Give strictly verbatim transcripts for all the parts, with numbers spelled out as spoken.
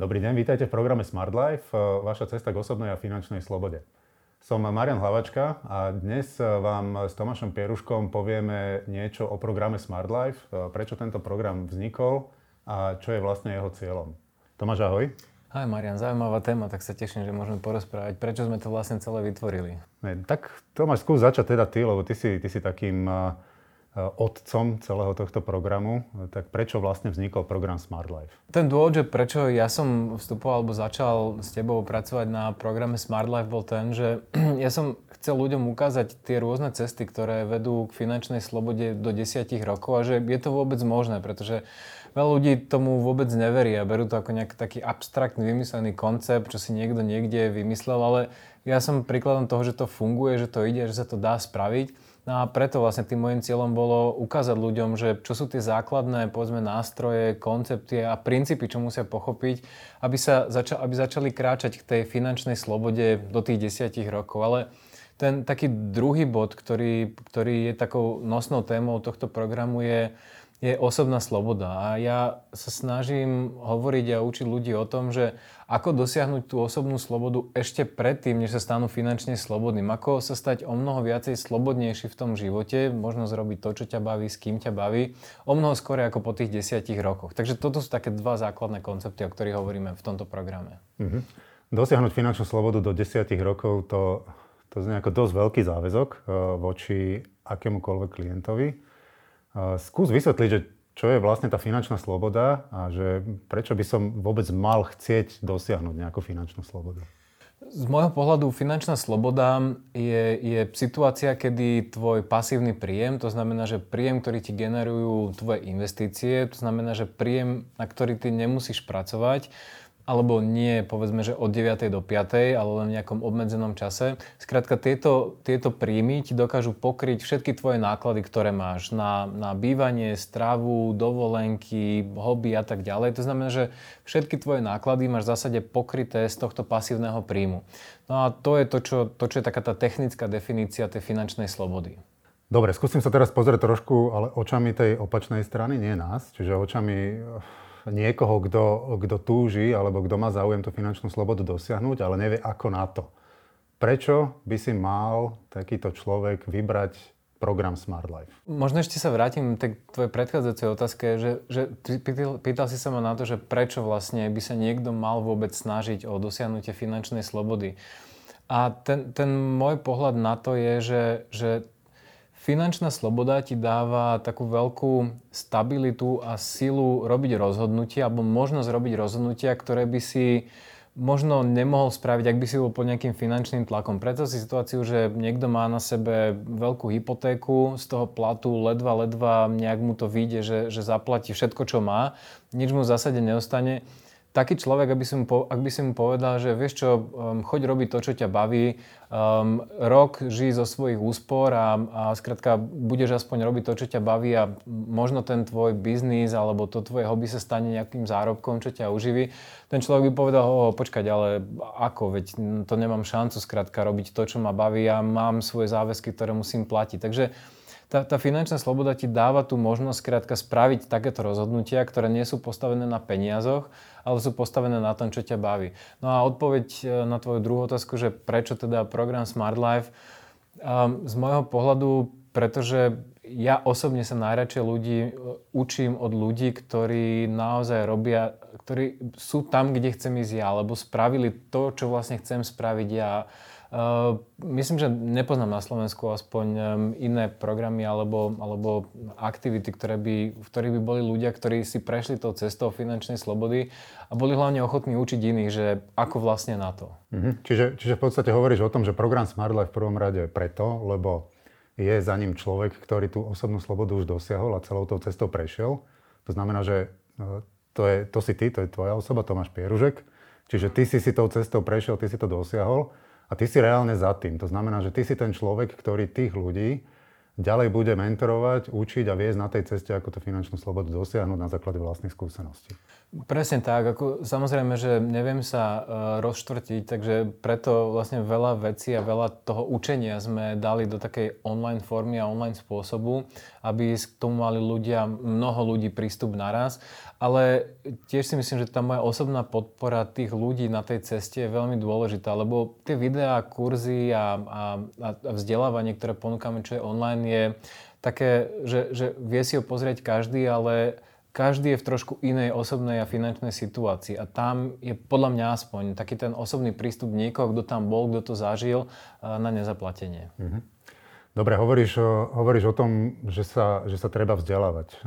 Dobrý deň, vítajte v programe Smart Life, vaša cesta k osobnej a finančnej slobode. Som Marian Hlavačka a dnes vám s Tomášom Pieruškom povieme niečo o programe Smart Life, prečo tento program vznikol a čo je vlastne jeho cieľom. Tomáš, ahoj. Ahoj Marian, zaujímavá téma, tak sa teším, že môžeme porozprávať, prečo sme to vlastne celé vytvorili. Ne, tak Tomáš, skús začať teda ty, lebo ty si, ty si takým otcom celého tohto programu, tak prečo vlastne vznikol program Smart Life? Ten dôvod, že prečo ja som vstupoval alebo začal s tebou pracovať na programe Smart Life bol ten, že ja som chcel ľuďom ukázať tie rôzne cesty, ktoré vedú k finančnej slobode do desiatich rokov a že je to vôbec možné, pretože veľa ľudí tomu vôbec neverí a berú to ako nejaký taký abstraktný vymyslený koncept, čo si niekto niekde vymyslel, ale ja som príkladom toho, že to funguje, že to ide, že sa to dá spraviť. No a preto vlastne tým môjim cieľom bolo ukázať ľuďom, že čo sú tie základné, povedzme, nástroje, koncepty a princípy, čo musia pochopiť, aby, sa zača- aby začali kráčať k tej finančnej slobode do tých desiatich rokov. Ale ten taký druhý bod, ktorý, ktorý je takou nosnou témou tohto programu, je, je osobná sloboda. A ja sa snažím hovoriť a učiť ľudí o tom, že ako dosiahnuť tú osobnú slobodu ešte predtým, než sa stanú finančne slobodným. Ako sa stať o mnoho viacej slobodnejší v tom živote, možno zrobiť to, čo ťa baví, s kým ťa baví, o mnoho skôr ako po tých desiatich rokoch. Takže toto sú také dva základné koncepty, o ktorých hovoríme v tomto programe. Mm-hmm. Dosiahnuť finančnú slobodu do desiatich rokov, to, to znie ako dosť veľký záväzok uh, voči akémukoľvek klientovi. Uh, skús vysvetliť, že čo je vlastne tá finančná sloboda a že prečo by som vôbec mal chcieť dosiahnuť nejakú finančnú slobodu? Z môjho pohľadu finančná sloboda je, je situácia, kedy tvoj pasívny príjem, to znamená, že príjem, ktorý ti generujú tvoje investície, to znamená, že príjem, na ktorý ty nemusíš pracovať, alebo nie, povedzme, že od deviatej do piatej, ale len v nejakom obmedzenom čase. Skrátka, tieto, tieto príjmy ti dokážu pokryť všetky tvoje náklady, ktoré máš na, na bývanie, stravu, dovolenky, hobby a tak ďalej. To znamená, že všetky tvoje náklady máš v zásade pokryté z tohto pasívneho príjmu. No a to je to, čo, to, čo je taká tá technická definícia tej finančnej slobody. Dobre, skúsim sa teraz pozrieť trošku, ale očami tej opačnej strany, nie nás, čiže očami niekoho, kto, kto túži alebo kto má záujem tú finančnú slobodu dosiahnuť, ale nevie ako na to. Prečo by si mal takýto človek vybrať program Smart Life? Možno ešte sa vrátim k tvojej predchádzajúcej otázke, že, že pýtal, pýtal si sa ma na to, že prečo vlastne by sa niekto mal vôbec snažiť o dosiahnutie finančnej slobody. A ten, ten môj pohľad na to je, že, že finančná sloboda ti dáva takú veľkú stabilitu a silu robiť rozhodnutia, alebo možnosť robiť rozhodnutia, ktoré by si možno nemohol spraviť, ak by si bol pod nejakým finančným tlakom. Preto si situáciu, že niekto má na sebe veľkú hypotéku, z toho platu ledva, ledva nejak mu to vyjde, že, že zaplatí všetko, čo má, nič mu v zásade neostane. Taký človek, ak by si mu, ak by si mu povedal, že vieš čo, um, choď robiť to, čo ťa baví, um, rok žij zo svojich úspor a, a skrátka budeš aspoň robiť to, čo ťa baví a možno ten tvoj biznis alebo to tvoje hobby sa stane nejakým zárobkom, čo ťa uživí. Ten človek by povedal, oh, počkať, ale ako, veď to nemám šancu skrátka robiť to, čo ma baví a mám svoje záväzky, ktoré musím platiť. Takže Tá, tá finančná sloboda ti dáva tú možnosť skrátka spraviť takéto rozhodnutia, ktoré nie sú postavené na peniazoch, ale sú postavené na tom, čo ťa baví. No a odpoveď na tvoju druhú otázku, že prečo teda program Smart Life, um, z môjho pohľadu, pretože ja osobne sa najradšej ľudí učím od ľudí, ktorí naozaj robia, ktorí sú tam, kde chcem ísť ja, alebo spravili to, čo vlastne chcem spraviť ja. Uh, myslím, že nepoznám na Slovensku aspoň um, iné programy alebo, alebo aktivity, ktoré by, v ktorých by boli ľudia, ktorí si prešli tou cestou finančnej slobody a boli hlavne ochotní učiť iných, že ako vlastne na to. Mm-hmm. Čiže, čiže v podstate hovoríš o tom, že program Smart Life v prvom rade preto, lebo je za ním človek, ktorý tú osobnú slobodu už dosiahol a celou tou cestou prešiel. To znamená, že to, je, to si ty, to je tvoja osoba, Tomáš Pierušek. Čiže ty si si tou cestou prešiel, ty si to dosiahol. A ty si reálne za tým. To znamená, že ty si ten človek, ktorý tých ľudí ďalej bude mentorovať, učiť a viesť na tej ceste, ako tú finančnú slobodu dosiahnuť na základe vlastných skúseností. Presne tak. Ako, samozrejme, že neviem sa uh, rozštvrtiť, takže preto vlastne veľa vecí a veľa toho učenia sme dali do takej online formy a online spôsobu, aby k tomu mali ľudia, mnoho ľudí prístup naraz. Ale tiež si myslím, že tá moja osobná podpora tých ľudí na tej ceste je veľmi dôležitá, lebo tie videá, kurzy a, a, a vzdelávanie, ktoré ponúkame, čo je online, je také, že, že vie si ho pozrieť každý, ale každý je v trošku inej osobnej a finančnej situácii a tam je podľa mňa aspoň taký ten osobný prístup niekoho, kto tam bol, kto to zažil, na nezaplatenie. Mhm. Dobre, hovoríš o, hovoríš o tom, že sa, že sa treba vzdelávať.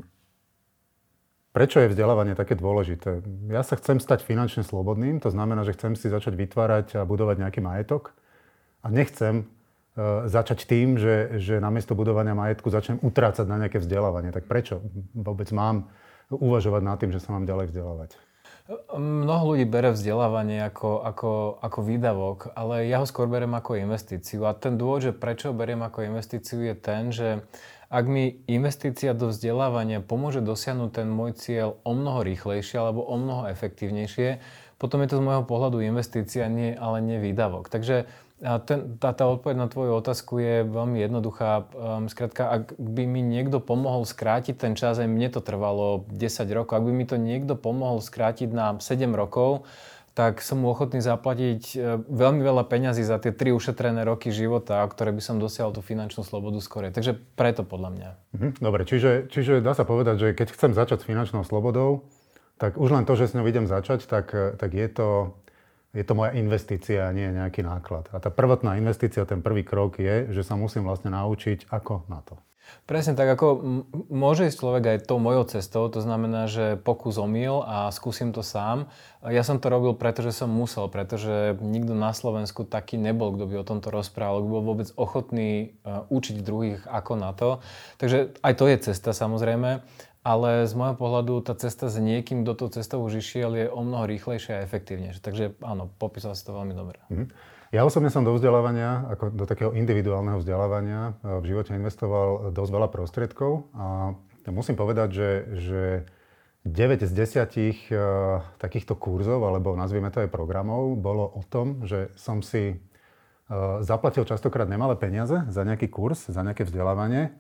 Prečo je vzdelávanie také dôležité? Ja sa chcem stať finančne slobodným, to znamená, že chcem si začať vytvárať a budovať nejaký majetok a nechcem začať tým, že, že namiesto budovania majetku začnem utrácať na nejaké vzdelávanie. Tak prečo vôbec mám uvažovať nad tým, že sa mám ďalej vzdelávať? Mnoho ľudí bere vzdelávanie ako, ako, ako výdavok, ale ja ho skôr beriem ako investíciu. A ten dôvod, že prečo ho beriem ako investíciu, je ten, že ak mi investícia do vzdelávania pomôže dosiahnuť ten môj cieľ o mnoho rýchlejšie alebo o mnoho efektívnejšie, potom je to z môjho pohľadu investícia, nie, ale nie výdavok. Takže A ten, tá, tá odpoveď na tvoju otázku je veľmi jednoduchá. Um, skrátka, ak by mi niekto pomohol skrátiť ten čas, aj mne to trvalo desať rokov, ak by mi to niekto pomohol skrátiť na sedem rokov, tak som mu ochotný zaplatiť veľmi veľa peňazí za tie tri ušetrené roky života, ktoré by som dosiahol tú finančnú slobodu skorej. Takže preto podľa mňa. Mhm, dobre, čiže, čiže dá sa povedať, že keď chcem začať s finančnou slobodou, tak už len to, že s ňou idem začať, tak, tak je to... Je to moja investícia, nie nejaký náklad. A tá prvotná investícia, ten prvý krok je, že sa musím vlastne naučiť, ako na to. Presne tak, ako m- môže ísť človek aj tou mojou cestou, to znamená, že pokus omyl a skúsim to sám. Ja som to robil, pretože som musel, pretože nikto na Slovensku taký nebol, kto by o tomto rozprával, kto bol vôbec ochotný uh, učiť druhých, ako na to. Takže aj to je cesta, samozrejme. Ale z môjho pohľadu tá cesta s niekým, kto tou cestou už išiel, je o mnoho rýchlejšia a efektívnejšia. Takže áno, popísal si to veľmi dobre. Mm-hmm. Ja osobne som do vzdelávania, ako do takého individuálneho vzdelávania v živote investoval dosť veľa prostriedkov a musím povedať, že, že deväť z desiatich uh, takýchto kurzov, alebo nazvime to aj programov, bolo o tom, že som si uh, zaplatil častokrát nemalé peniaze za nejaký kurz, za nejaké vzdelávanie,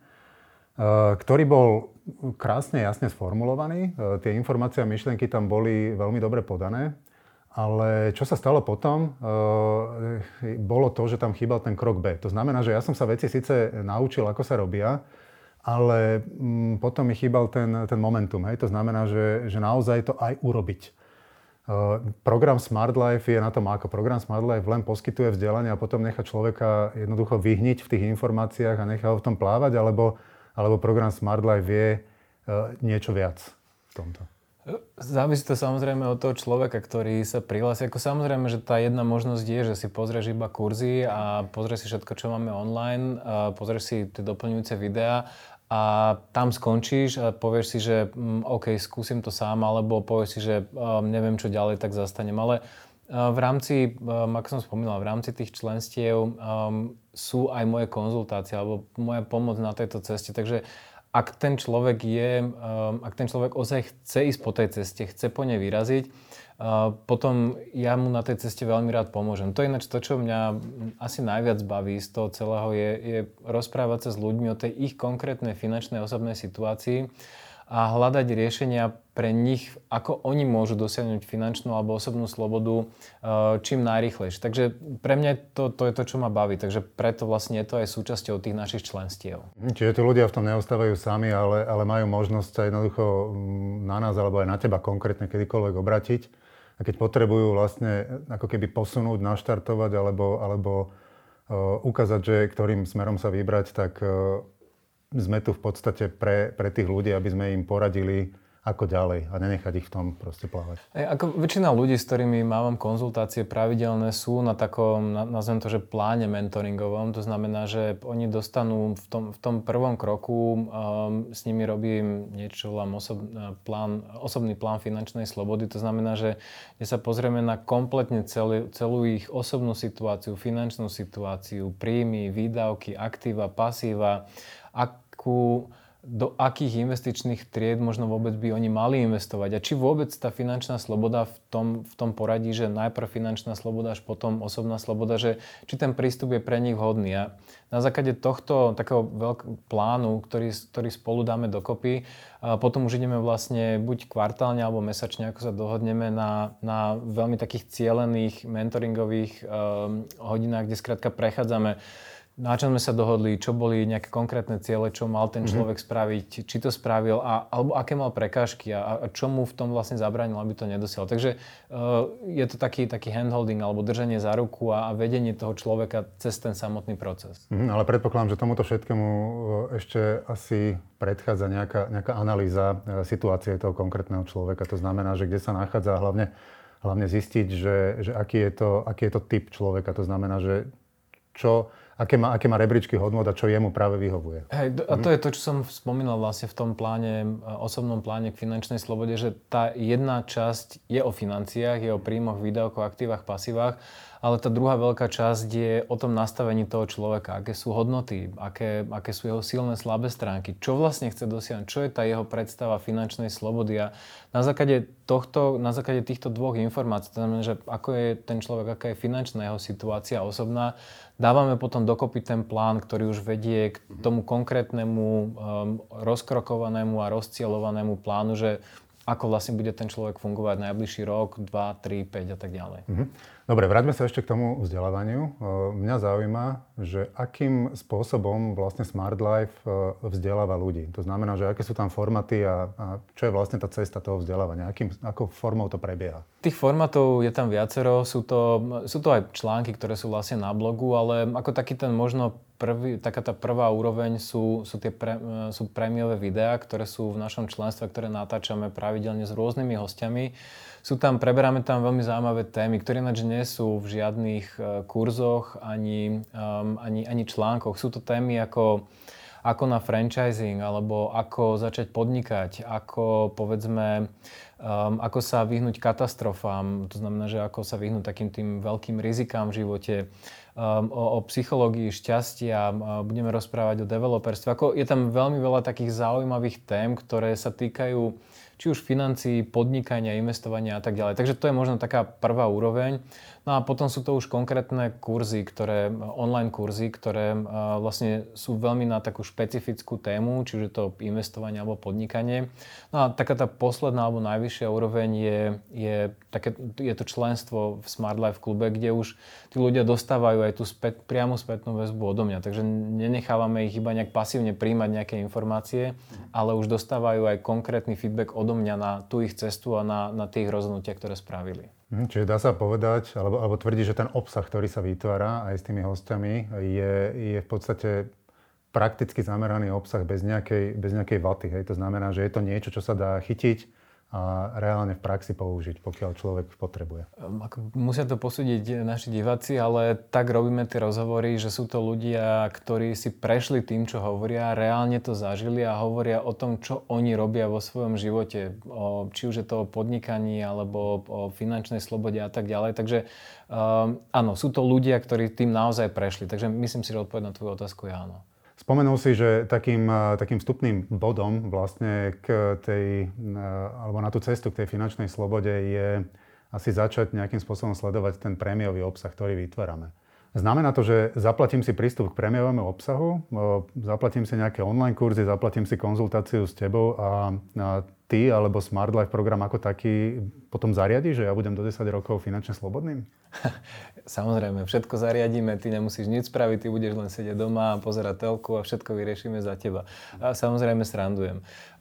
ktorý bol krásne, jasne sformulovaný. Tie informácie a myšlienky tam boli veľmi dobre podané. Ale čo sa stalo potom, bolo to, že tam chýbal ten krok B. To znamená, že ja som sa veci síce naučil, ako sa robia, ale potom mi chýbal ten, ten momentum. Hej? To znamená, že, že naozaj to aj urobiť. Program Smart Life je na tom ako. Program Smart Life len poskytuje vzdelanie a potom nechá človeka jednoducho vyhniť v tých informáciách a nechá ho v tom plávať, alebo alebo program Smart Life vie uh, niečo viac v tomto? Závisí to samozrejme od toho človeka, ktorý sa prihlási. Ako samozrejme, že tá jedna možnosť je, že si pozrieš iba kurzy a pozrieš si všetko, čo máme online, a pozrieš si tie doplňujúce videá a tam skončíš a povieš si, že um, OK, skúsim to sám, alebo povieš si, že um, neviem, čo ďalej, tak zastanem. Ale uh, v rámci, um, ako som spomínal, v rámci tých členstiev um, sú aj moje konzultácie alebo moja pomoc na tejto ceste. Takže ak ten človek je, um, ak ten človek ozaj chce ísť po tej ceste, chce po nej vyraziť, uh, potom ja mu na tej ceste veľmi rád pomôžem. To je ináč to, čo mňa asi najviac baví z toho celého, je, je rozprávať sa s ľuďmi o tej ich konkrétnej finančnej osobnej situácii a hľadať riešenia pre nich, ako oni môžu dosiahnuť finančnú alebo osobnú slobodu čím najrýchlejšie. Takže pre mňa to, to je to, čo ma baví. Takže preto vlastne je to aj súčasťou tých našich členstiev. Čiže tí ľudia v tom neostávajú sami, ale, ale majú možnosť sa jednoducho na nás alebo aj na teba konkrétne kedykoľvek obratiť. A keď potrebujú vlastne ako keby posunúť, naštartovať alebo, alebo uh, ukázať, že ktorým smerom sa vybrať, tak uh, sme tu v podstate pre, pre tých ľudí, aby sme im poradili ako ďalej a nenechať ich v tom proste plávať. Ej, ako väčšina ľudí, s ktorými mám konzultácie pravidelné, sú na takom, nazvem to, že pláne mentoringovom. To znamená, že oni dostanú v tom, v tom prvom kroku, um, s nimi robím niečo, volám osob, plán, osobný plán finančnej slobody. To znamená, že kde sa pozrieme na kompletne celý, celú ich osobnú situáciu, finančnú situáciu, príjmy, výdavky, aktíva, pasíva, akú do akých investičných tried možno vôbec by oni mali investovať a či vôbec tá finančná sloboda v tom, v tom poradí, že najprv finančná sloboda, až potom osobná sloboda, že či ten prístup je pre nich vhodný. A na základe tohto takého veľkého plánu, ktorý, ktorý spolu dáme dokopy, a potom už ideme vlastne buď kvartálne alebo mesačne, ako sa dohodneme na, na veľmi takých cielených mentoringových um, hodinách, kde skrátka prechádzame, na čom sme sa dohodli, čo boli nejaké konkrétne ciele, čo mal ten človek mm-hmm. spraviť, či to spravil, a, alebo aké mal prekážky a, a čo mu v tom vlastne zabránilo, aby to nedosiahol. Takže uh, je to taký, taký handholding alebo držanie za ruku a, a vedenie toho človeka cez ten samotný proces. Mm, ale predpokladám, že tomuto všetkému ešte asi predchádza nejaká, nejaká analýza situácie toho konkrétneho človeka. To znamená, že kde sa nachádza, hlavne, hlavne zistiť, že, že aký, je to, aký je to typ človeka. To znamená, že čo... Aké má, aké má rebríčky hodnôt a čo jemu práve vyhovuje. Hej, a to je to, čo som spomínal vlastne v tom pláne, osobnom pláne k finančnej slobode, že tá jedna časť je o financiách, je o príjmoch, výdavkoch, aktívach, pasívach, ale tá druhá veľká časť je o tom nastavení toho človeka, aké sú hodnoty, aké, aké sú jeho silné, slabé stránky, čo vlastne chce dosiahnuť, čo je tá jeho predstava finančnej slobody. A na základe tohto, na základe týchto dvoch informácií, to znamená, že ako je ten človek, aká je finančná jeho situácia osobná, dávame potom dokopy ten plán, ktorý už vedie k tomu konkrétnemu, um, rozkrokovanému a rozcielovanému plánu, že ako vlastne bude ten človek fungovať najbližší rok, dva, tri, päť a tak ďalej. Mhm. Dobre, vráťme sa ešte k tomu vzdelávaniu. Mňa zaujíma, že akým spôsobom vlastne Smart Life vzdeláva ľudí. To znamená, že aké sú tam formáty a, a čo je vlastne tá cesta toho vzdelávania? Akým, akou formou to prebieha? Tých formátov je tam viacero. Sú to, sú to aj články, ktoré sú vlastne na blogu, ale ako taký ten možno prvý, taká tá prvá úroveň sú, sú tie pre, sú prémiové videá, ktoré sú v našom členstve, ktoré natáčame pravidelne s rôznymi hostiami. Sú tam, preberáme tam veľmi zaujímavé témy, ktoré ináč nie sú v žiadnych uh, kurzoch ani, um, ani, ani článkoch. Sú to témy ako, ako na franchising, alebo ako začať podnikať, ako povedzme, um, ako sa vyhnúť katastrofám, to znamená, že ako sa vyhnúť takým tým veľkým rizikám v živote, um, o, o psychológii šťastia, um, budeme rozprávať o developerstve. Ako je tam veľmi veľa takých zaujímavých tém, ktoré sa týkajú či už financií, podnikania, investovania a tak ďalej. Takže to je možno taká prvá úroveň. No a potom sú to už konkrétne kurzy, ktoré, online kurzy, ktoré uh, vlastne sú veľmi na takú špecifickú tému, čiže to investovanie alebo podnikanie. No a taká tá posledná alebo najvyššia úroveň je, je, také, je to členstvo v Smart Life klube, kde už tí ľudia dostávajú aj tú späť, priamu spätnú väzbu odo mňa. Takže nenechávame ich iba nejak pasívne príjmať nejaké informácie, ale už dostávajú aj konkrétny feedback odo mňa na tú ich cestu a na, na tie ich rozhodnutia, ktoré spravili. Čiže dá sa povedať, alebo, alebo tvrdiť, že ten obsah, ktorý sa vytvára aj s tými hostiami, je, je v podstate prakticky zameraný obsah bez nejakej, bez nejakej vaty. Hej? To znamená, že je to niečo, čo sa dá chytiť a reálne v praxi použiť, pokiaľ človek potrebuje. Musia to posúdiť naši diváci, ale tak robíme tie rozhovory, že sú to ľudia, ktorí si prešli tým, čo hovoria, reálne to zažili a hovoria o tom, čo oni robia vo svojom živote. O, či už je to o podnikaní, alebo o finančnej slobode a tak ďalej. Takže um, áno, sú to ľudia, ktorí tým naozaj prešli. Takže myslím si, že odpoveď na tvoju otázku je áno. Spomenul si, že takým, takým vstupným bodom vlastne k tej, alebo na tú cestu k tej finančnej slobode je asi začať nejakým spôsobom sledovať ten prémiový obsah, ktorý vytvárame. Znamená to, že zaplatím si prístup k prémiovému obsahu, zaplatím si nejaké online kurzy, zaplatím si konzultáciu s tebou a, a ty alebo Smart Life program ako taký potom zariadi, že ja budem do desať rokov finančne slobodným? Samozrejme, všetko zariadíme, ty nemusíš nič spraviť, ty budeš len sedieť doma a pozerať telku a všetko vyriešime za teba. A samozrejme srandujem.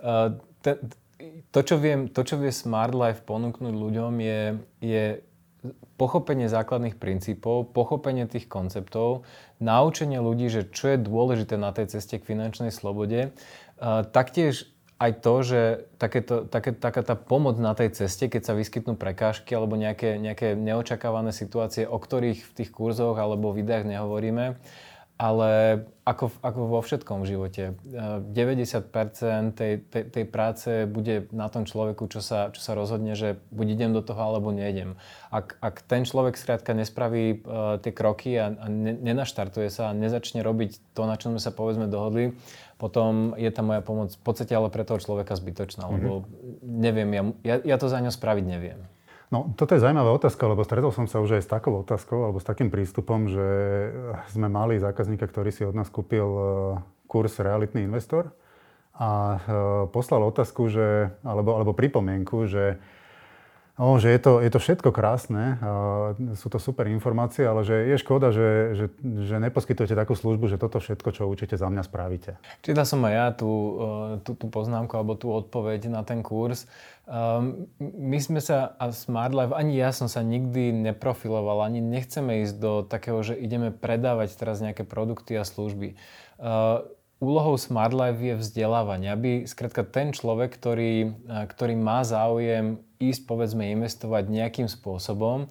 To, čo viem, to, čo vie Smart Life ponúknuť ľuďom je, je pochopenie základných princípov, pochopenie tých konceptov, naučenie ľudí, že čo je dôležité na tej ceste k finančnej slobode. Taktiež aj to, že takéto, také, taká tá pomoc na tej ceste, keď sa vyskytnú prekážky alebo nejaké, nejaké neočakávané situácie, o ktorých v tých kurzoch alebo videách nehovoríme, ale ako, ako vo všetkom v živote. deväťdesiat percent tej, tej, tej práce bude na tom človeku, čo sa, čo sa rozhodne, že buď idem do toho, alebo nejdem. Ak, ak ten človek skrátka nespraví uh, tie kroky a, a ne, nenaštartuje sa a nezačne robiť to, na čom sme sa povedzme dohodli, potom je tá moja pomoc v podstate ale pre toho človeka zbytočná, mm-hmm. lebo neviem, ja, ja, ja to za ňo spraviť neviem. No, toto je zaujímavá otázka, lebo stretol som sa už aj s takou otázkou, alebo s takým prístupom, že sme mali zákazníka, ktorý si od nás kúpil kurz Realitný investor a poslal otázku, že, alebo, alebo pripomienku, že No, že je to, je to všetko krásne, sú to super informácie, ale že je škoda, že, že, že neposkytujete takú službu, že toto všetko, čo určite za mňa spravíte. Čítal som aj ja tú, tú, tú poznámku alebo tú odpoveď na ten kurz. Um, my sme sa, a Smart Life, ani ja som sa nikdy neprofiloval, ani nechceme ísť do takého, že ideme predávať teraz nejaké produkty a služby. Uh, Úlohou Smart Life je vzdelávanie, aby skrátka ten človek, ktorý, ktorý má záujem ísť, povedzme, investovať nejakým spôsobom,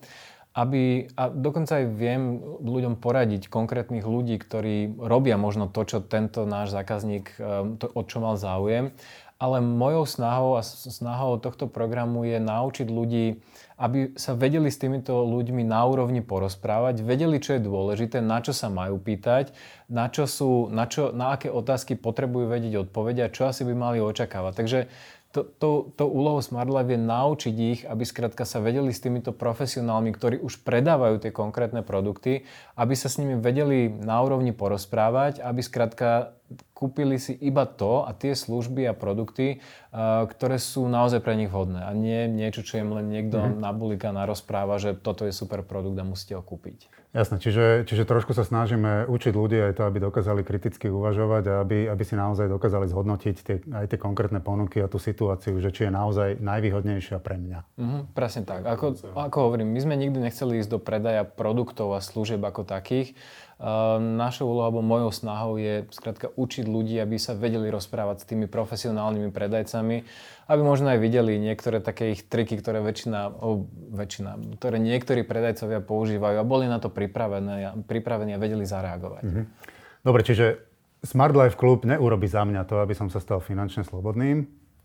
aby, a dokonca aj viem ľuďom poradiť, konkrétnych ľudí, ktorí robia možno to, čo tento náš zákazník, to, o čo mal záujem, ale mojou snahou a snahou tohto programu je naučiť ľudí, aby sa vedeli s týmito ľuďmi na úrovni porozprávať, vedeli, čo je dôležité, na čo sa majú pýtať, na čo sú, na, čo, na aké otázky potrebujú vedieť odpovedia, čo asi by mali očakávať. Takže to, to, to úlohou Smart Life je naučiť ich, aby skrátka sa vedeli s týmito profesionálmi, ktorí už predávajú tie konkrétne produkty, aby sa s nimi vedeli na úrovni porozprávať, aby skrátka kúpili si iba to a tie služby a produkty, uh, ktoré sú naozaj pre nich vhodné. A nie niečo, čo im len niekto mm-hmm. nabulíka, narozpráva, že toto je super produkt a musíte ho kúpiť. Jasné, čiže, čiže trošku sa snažíme učiť ľudí aj to, aby dokázali kriticky uvažovať a aby, aby si naozaj dokázali zhodnotiť tie, aj tie konkrétne ponuky a tú situáciu, že či je naozaj najvýhodnejšia pre mňa. Mm-hmm, presne tak. Ako, ako hovorím, my sme nikdy nechceli ísť do predaja produktov a služieb ako takých. Uh, našou úlohou alebo mojou snahou je skrátka učiť ľudí, aby sa vedeli rozprávať s tými profesionálnymi predajcami, aby možno aj videli niektoré také ich triky, ktoré väčšina, oh, väčšina, ktoré niektorí predajcovia používajú a boli na to pripravení, pripravení a vedeli zareagovať. Mm-hmm. Dobre, čiže Smart Life Club neurobí za mňa to, aby som sa stal finančne slobodným.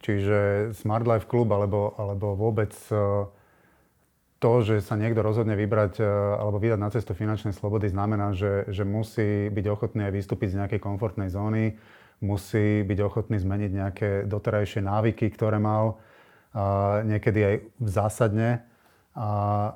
Čiže Smart Life Club alebo, alebo vôbec uh, to, že sa niekto rozhodne vybrať alebo vydať na cestu finančnej slobody, znamená, že, že musí byť ochotný aj vystúpiť z nejakej komfortnej zóny, musí byť ochotný zmeniť nejaké doterajšie návyky, ktoré mal, a niekedy aj zásadne, a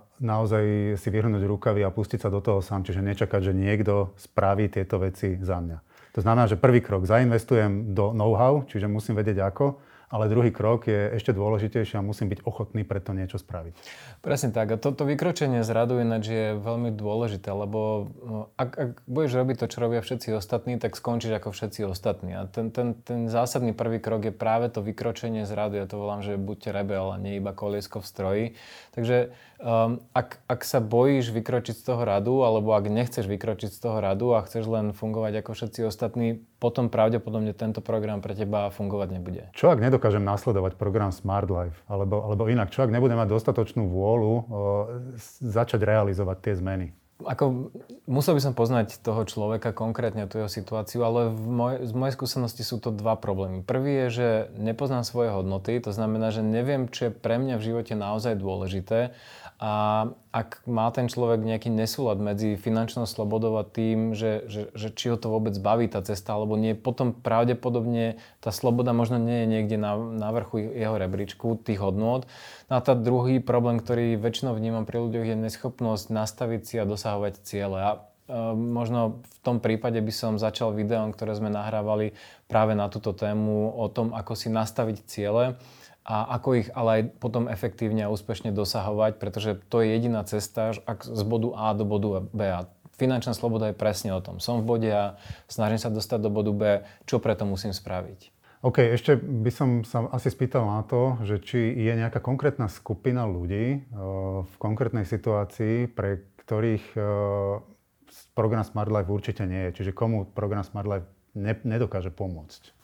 naozaj si vyhrnúť rukavy a pustiť sa do toho sám, čiže nečakať, že niekto spraví tieto veci za mňa. To znamená, že prvý krok, zainvestujem do know-how, čiže musím vedieť ako, ale druhý krok je ešte dôležitejší a musím byť ochotný pre to niečo spraviť. Presne tak. A toto vykročenie z radu ináč je veľmi dôležité, lebo ak, ak budeš robiť to, čo robia všetci ostatní, tak skončíš ako všetci ostatní. A ten, ten, ten zásadný prvý krok je práve to vykročenie z radu. Ja to volám, že buďte rebel a nie iba koliesko v stroji. Takže um, ak, ak sa bojíš vykročiť z toho radu, alebo ak nechceš vykročiť z toho radu a chceš len fungovať ako všetci ostatní, potom pravdepodobne tento program pre teba fungovať nebude. Čo ak nedokážem nasledovať program Smart Life? Alebo, alebo inak, čo ak nebudem mať dostatočnú vôľu o, začať realizovať tie zmeny? Ako, musel by som poznať toho človeka, konkrétne tú jeho situáciu, ale v moj, z mojej skúsenosti sú to dva problémy. Prvý je, že nepoznám svoje hodnoty, to znamená, že neviem, čo je pre mňa v živote naozaj dôležité. A ak má ten človek nejaký nesúlad medzi finančnou slobodou a tým, že, že, že či ho to vôbec baví tá cesta, alebo nie, potom pravdepodobne tá sloboda možno nie je niekde na, na vrchu jeho rebríčku tých hodnôt. No a tá druhý problém, ktorý väčšinou vnímam pri ľuďoch, je neschopnosť nastaviť si a dosahovať ciele. A e, možno v tom prípade by som začal videom, ktoré sme nahrávali práve na túto tému o tom, ako si nastaviť ciele a ako ich ale aj potom efektívne a úspešne dosahovať, pretože to je jediná cesta, ak z bodu A do bodu B. A finančná sloboda je presne o tom. Som v bode A, snažím sa dostať do bodu B, čo preto musím spraviť. OK, ešte by som sa asi spýtal na to, že či je nejaká konkrétna skupina ľudí v konkrétnej situácii, pre ktorých program Smart Life určite nie je. Čiže komu program Smart Life ne, nedokáže pomôcť.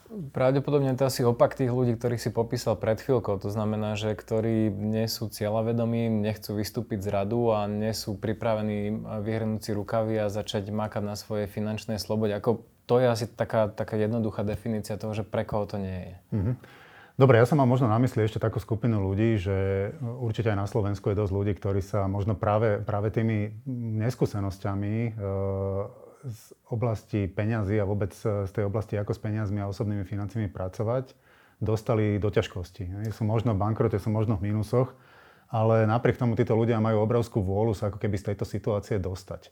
Pravdepodobne to asi opak tých ľudí, ktorých si popísal pred chvíľkou. To znamená, že ktorí nie sú cieľavedomí, nechcú vystúpiť z radu a nie sú pripravení vyhrnúť si rukavy a začať makať na svojej finančnej slobode. Ako to je asi taká, taká jednoduchá definícia toho, že pre koho to nie je. Mm-hmm. Dobre, ja som mal možno na mysli ešte takú skupinu ľudí, že určite aj na Slovensku je dosť ľudí, ktorí sa možno práve, práve tými neskúsenosťami e, z oblasti peňazí a vôbec z tej oblasti, ako s peniazmi a osobnými financiami pracovať, dostali do ťažkosti. Sú možno v bankrote, sú možno v mínusoch, ale napriek tomu títo ľudia majú obrovskú vôľu sa ako keby z tejto situácie dostať.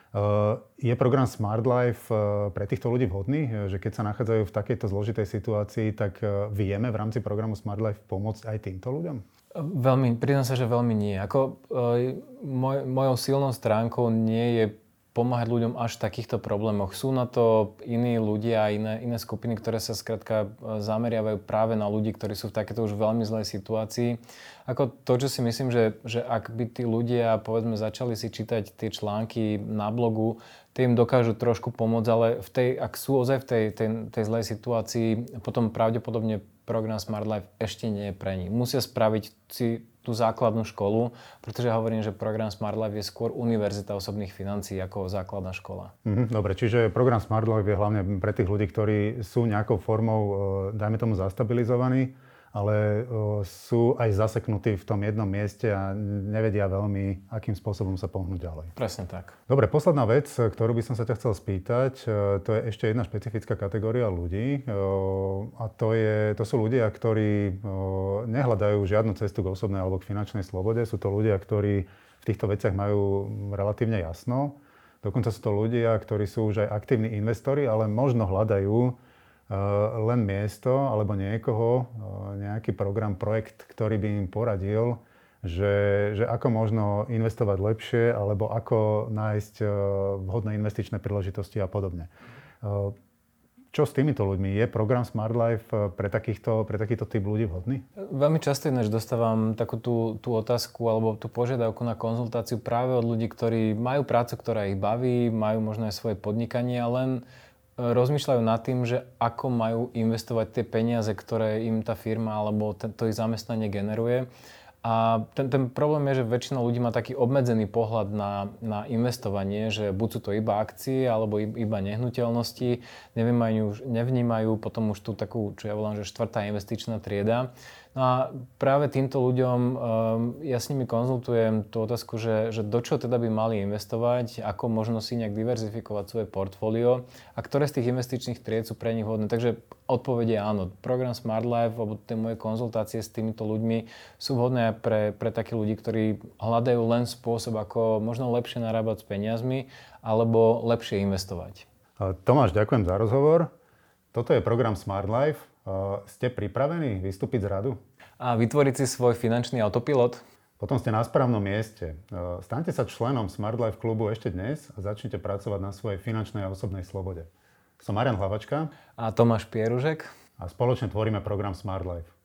Je program Smart Life pre týchto ľudí vhodný? Že keď sa nachádzajú v takejto zložitej situácii, tak vieme v rámci programu Smart Life pomôcť aj týmto ľuďom? Veľmi, priznám sa, že veľmi nie. Ako, moj, mojou silnou stránkou nie je pomáhať ľuďom až v takýchto problémoch. Sú na to iní ľudia a iné, iné skupiny, ktoré sa skrátka zameriavajú práve na ľudí, ktorí sú v takéto už veľmi zlej situácii. Ako to, čo si myslím, že, že ak by tí ľudia, povedzme, začali si čítať tie články na blogu, tie im dokážu trošku pomôcť, ale v tej, ak sú ozaj v tej, tej, tej zlej situácii, potom pravdepodobne program Smart Life ešte nie je pre nich. Musia spraviť si tú základnú školu, pretože ja hovorím, že program Smart Life je skôr univerzita osobných financií ako základná škola. Mhm, dobre, čiže program Smart Life je hlavne pre tých ľudí, ktorí sú nejakou formou, dajme tomu, zastabilizovaní, ale sú aj zaseknutí v tom jednom mieste a nevedia veľmi, akým spôsobom sa pohnúť ďalej. Presne tak. Dobre, posledná vec, ktorú by som sa ťa chcel spýtať, to je ešte jedna špecifická kategória ľudí a to, je, to sú ľudia, ktorí nehľadajú žiadnu cestu k osobnej alebo k finančnej slobode. Sú to ľudia, ktorí v týchto veciach majú relatívne jasno. Dokonca sú to ľudia, ktorí sú už aj aktívni investori, ale možno hľadajú len miesto alebo niekoho, nejaký program, projekt, ktorý by im poradil, že, že ako možno investovať lepšie alebo ako nájsť vhodné investičné príležitosti a podobne. Čo s týmito ľuďmi? Je program Smart Life pre, takýchto, pre takýto typ ľudí vhodný? Veľmi často ináč dostávam takú tú, tú otázku alebo tú požiadavku na konzultáciu práve od ľudí, ktorí majú prácu, ktorá ich baví, majú možno aj svoje podnikanie, len rozmýšľajú nad tým, že ako majú investovať tie peniaze, ktoré im tá firma alebo ten, to ich zamestnanie generuje. A ten, ten problém je, že väčšina ľudí má taký obmedzený pohľad na, na investovanie, že buď sú to iba akcie, alebo iba nehnuteľnosti, nevnímajú, nevnímajú potom už tú takú, čo ja volám, že štvrtá investičná trieda. No a práve týmto ľuďom um, ja s nimi konzultujem tú otázku, že, že do čoho teda by mali investovať, ako možno si nejak diverzifikovať svoje portfólio a ktoré z tých investičných tried sú pre nich vhodné. Takže odpoveď je áno. Program Smart Life alebo tie moje konzultácie s týmito ľuďmi sú vhodné pre, pre takých ľudí, ktorí hľadajú len spôsob, ako možno lepšie narábať s peniazmi alebo lepšie investovať. Tomáš, ďakujem za rozhovor. Toto je program Smart Life. Uh, ste pripravení vystúpiť z radu? A vytvoriť si svoj finančný autopilot? Potom ste na správnom mieste. Uh, staňte sa členom Smart Life klubu ešte dnes a začnite pracovať na svojej finančnej a osobnej slobode. Som Marian Hlavačka. A Tomáš Pieružek. A spoločne tvoríme program Smart Life.